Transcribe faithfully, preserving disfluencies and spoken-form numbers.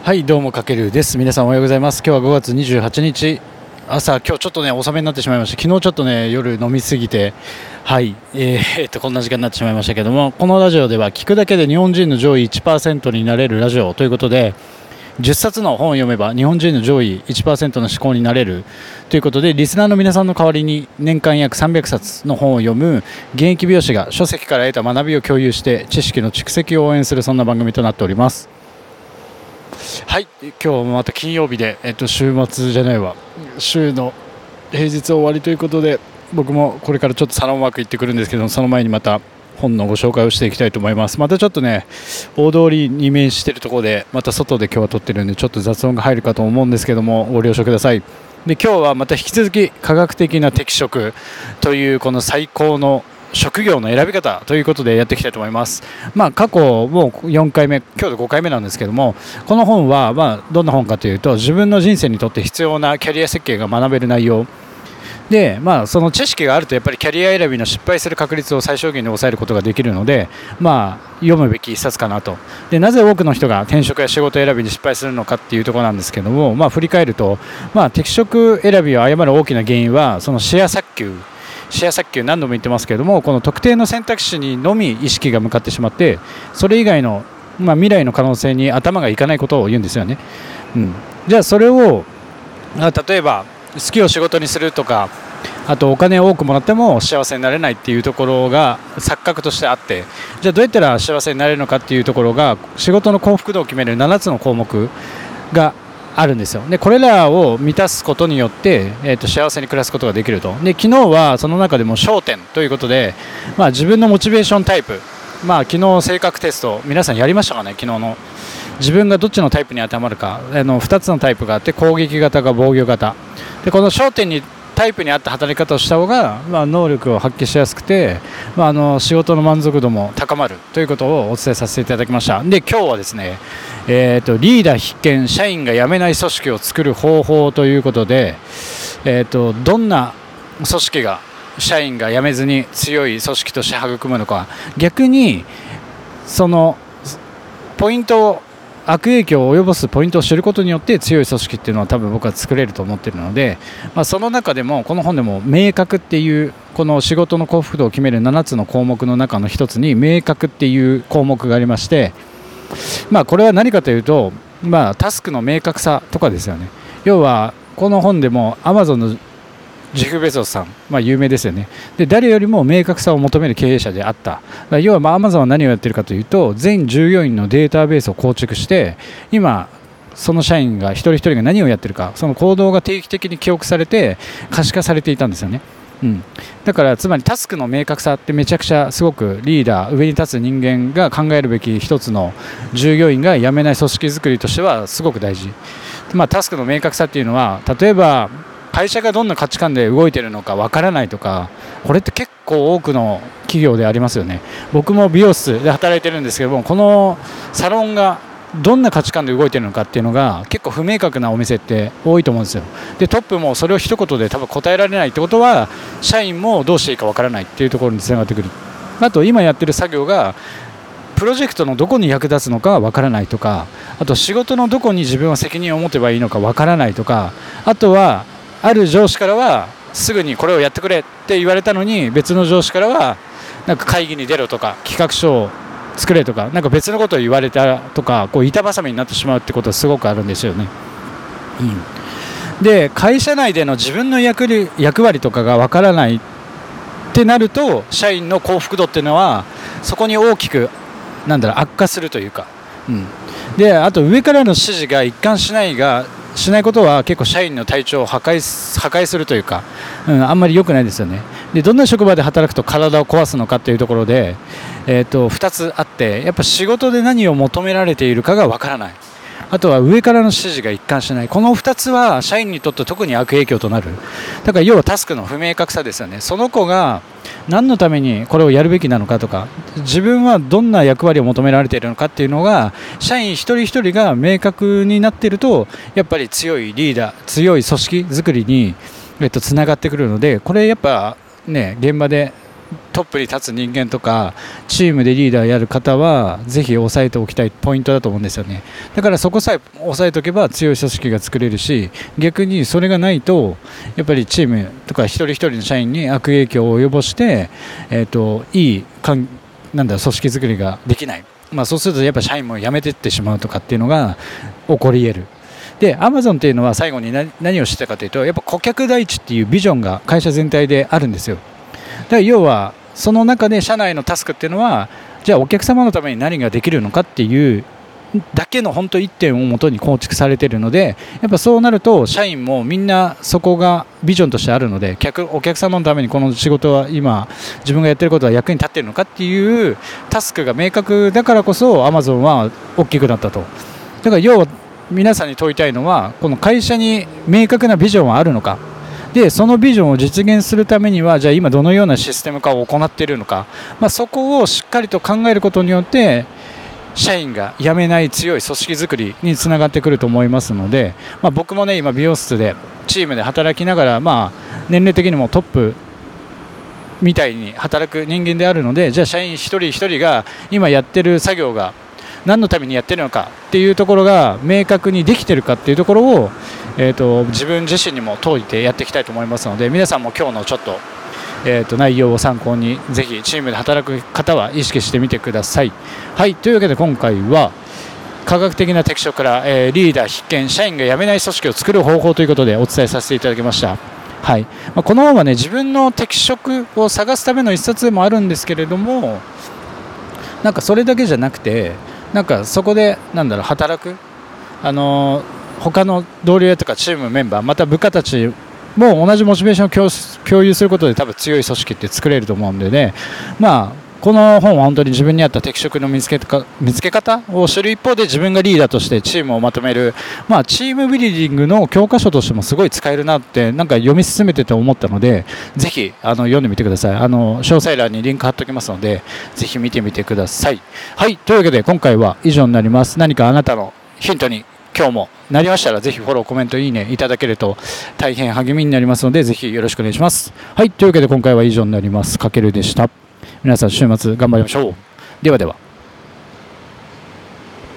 はい、どうもかけるです。皆さんおはようございます。今日はごがつにじゅうはちにち朝、今日ちょっとね遅めになってしまいました。昨日ちょっとね夜飲みすぎて、はい、えー、えー、っとこんな時間になってしまいましたけども、このラジオでは聞くだけで日本人の上位 いちパーセント になれるラジオということで、じゅっさつの本を読めば日本人の上位 いちパーセント の思考になれるということで、リスナーの皆さんの代わりに年間約さんびゃくさつの本を読む現役美容師が書籍から得た学びを共有して知識の蓄積を応援する、そんな番組となっております。はい、今日もまた金曜日で、えっと、週末じゃないわ週の平日終わりということで、僕もこれからちょっとサロンワーク行ってくるんですけど、その前にまた本のご紹介をしていきたいと思います。またちょっとね大通りに面しているところで、また外で今日は撮ってるんでちょっと雑音が入るかと思うんですけども、ご了承ください。で、今日はまた引き続き科学的な適職というこの最高の職業の選び方ということでやっていきたいと思います。まあ、過去もうよんかいめ、今日でごかいめなんですけども、この本はまあどんな本かというと、自分の人生にとって必要なキャリア設計が学べる内容で、まあ、その知識があるとやっぱりキャリア選びの失敗する確率を最小限に抑えることができるので、まあ、読むべき一冊かなと。で、なぜ多くの人が転職や仕事選びに失敗するのかっていうところなんですけども、まあ、振り返ると、まあ、適職選びを誤る大きな原因はその視野錯覚視野錯覚何度も言ってますけれども、この特定の選択肢にのみ意識が向かってしまって、それ以外の、まあ、未来の可能性に頭がいかないことを言うんですよね。うん、じゃあそれを例えば好きを仕事にするとか、あとお金を多くもらっても幸せになれないっていうところが錯覚としてあって、じゃあどうやったら幸せになれるのかっていうところが、仕事の幸福度を決めるななつの項目があるんですよ。で、これらを満たすことによって、えーと、幸せに暮らすことができると。で、昨日はその中でも焦点ということで、まあ、自分のモチベーションタイプ、まあ、昨日性格テスト皆さんやりましたかね。昨日の自分がどっちのタイプに当てはまるか、あのふたつのタイプがあって、攻撃型が防御型で、この焦点にタイプに合った働き方をした方が、まあ、能力を発揮しやすくて、まあ、あの仕事の満足度も高まるということをお伝えさせていただきました。で、今日はですね、えーと、リーダー必見、社員が辞めない組織を作る方法ということで、えーと、どんな組織が社員が辞めずに強い組織として育むのか、逆にそのポイントを悪影響を及ぼすポイントを知ることによって強い組織っていうのは多分僕は作れると思っているので、まあ、その中でもこの本でも明確っていうこの仕事の幸福度を決めるななつの項目の中の一つに明確っていう項目がありまして、まあ、これは何かというと、まあ、タスクの明確さとかですよね。要はこの本でもアマゾンのジェフ・ベゾスさん、まあ、有名ですよね。で、誰よりも明確さを求める経営者であった。要は、まあ、アマゾンは何をやっているかというと、全従業員のデータベースを構築して、今その社員が一人一人が何をやっているか、その行動が定期的に記憶されて可視化されていたんですよね。うん、だからつまりタスクの明確さってめちゃくちゃすごくリーダー、上に立つ人間が考えるべき一つの、従業員が辞めない組織づくりとしてはすごく大事。まあ、タスクの明確さっていうのは、例えば会社がどんな価値観で動いているのかわからないとか、これって結構多くの企業でありますよね。僕も美容室で働いてるんですけども、このサロンがどんな価値観で動いているのかっていうのが結構不明確なお店って多いと思うんですよ。で、トップもそれを一言で多分答えられないってことは、社員もどうしていいかわからないっていうところにつながってくる。あと今やってる作業がプロジェクトのどこに役立つのかわからないとか、あと仕事のどこに自分は責任を持てばいいのかわからないとか、あとはある上司からはすぐにこれをやってくれって言われたのに、別の上司からはなんか会議に出ろとか企画書を作れとか、なんか別のことを言われたとか、こう板挟みになってしまうってことはすごくあるんですよね。うん、で、会社内での自分の 役, 役割とかがわからないってなると、社員の幸福度っていうのはそこに大きくなんだろう悪化するというか、うん、で、あと上からの指示が一貫しないがしないことは結構社員の体調を破壊、破壊するというか、うん、あんまり良くないですよね。で、どんな職場で働くと体を壊すのかというところで、えーと、ふたつあって、やっぱ仕事で何を求められているかがわからない、あとは上からの指示が一貫しない、このふたつは社員にとって特に悪影響となる。だから要はタスクの不明確さですよね。その子が何のためにこれをやるべきなのかとか、自分はどんな役割を求められているのかっていうのが社員一人一人が明確になっていると、やっぱり強いリーダー、強い組織作りにえっとつながってくるので、これやっぱね、現場でトップに立つ人間とかチームでリーダーやる方はぜひ押さえておきたいポイントだと思うんですよね。だからそこさえ押さえておけば強い組織が作れるし、逆にそれがないとやっぱりチームとか一人一人の社員に悪影響を及ぼして、えーと、いいかんなんだ組織作りができない、まあ、そうするとやっぱ社員も辞めていってしまうとかっていうのが起こり得る。でアマゾンっていうのは最後に何、何をしてたかというと、やっぱ顧客第一っていうビジョンが会社全体であるんですよ。だから要はその中で社内のタスクっていうのは、じゃあお客様のために何ができるのかっていうだけの本当いってんをもとに構築されているので、やっぱそうなると社員もみんなそこがビジョンとしてあるので、客お客様のためにこの仕事は今自分がやってることは役に立っているのかっていうタスクが明確だからこそ Amazon は大きくなったと。だから要は皆さんに問いたいのは、この会社に明確なビジョンはあるのか、でそのビジョンを実現するためにはじゃあ今どのようなシステム化を行っているのか、まあ、そこをしっかりと考えることによって社員が辞めない強い組織づくりにつながってくると思いますので、まあ、僕もね今美容室でチームで働きながら、まあ、年齢的にもトップみたいに働く人間であるので、じゃあ社員一人一人が今やってる作業が何のためにやってるのかっていうところが明確にできてるかっていうところを、えーと、自分自身にも問いてやっていきたいと思いますので、皆さんも今日のちょっと、えーと、内容を参考にぜひチームで働く方は意識してみてください。はい、というわけで今回は科学的な適職から、えー、リーダー必見、社員が辞めない組織を作る方法ということでお伝えさせていただきました。はい、まあ、この本はね自分の適職を探すための一冊でもあるんですけれども、なんかそれだけじゃなくて、なんかそこでなんだろう働くあの他の同僚とかチームメンバー、また部下たちも同じモチベーションを 共, 共有することで多分強い組織って作れると思うんでね、まあこの本は本当に自分に合った適職の見つけか見つけ方を知る一方で、自分がリーダーとしてチームをまとめる、まあ、チームビルディングの教科書としてもすごい使えるなってなんか読み進めてて思ったので、ぜひあの読んでみてください。あの詳細欄にリンク貼っておきますのでぜひ見てみてください。はい、というわけで今回は以上になります。何かあなたのヒントに今日もなりましたら、ぜひフォロー、コメント、いいねいただけると大変励みになりますので、ぜひよろしくお願いします。はい、というわけで今回は以上になります。かけるでした。皆さん週末頑張りましょう。ではでは。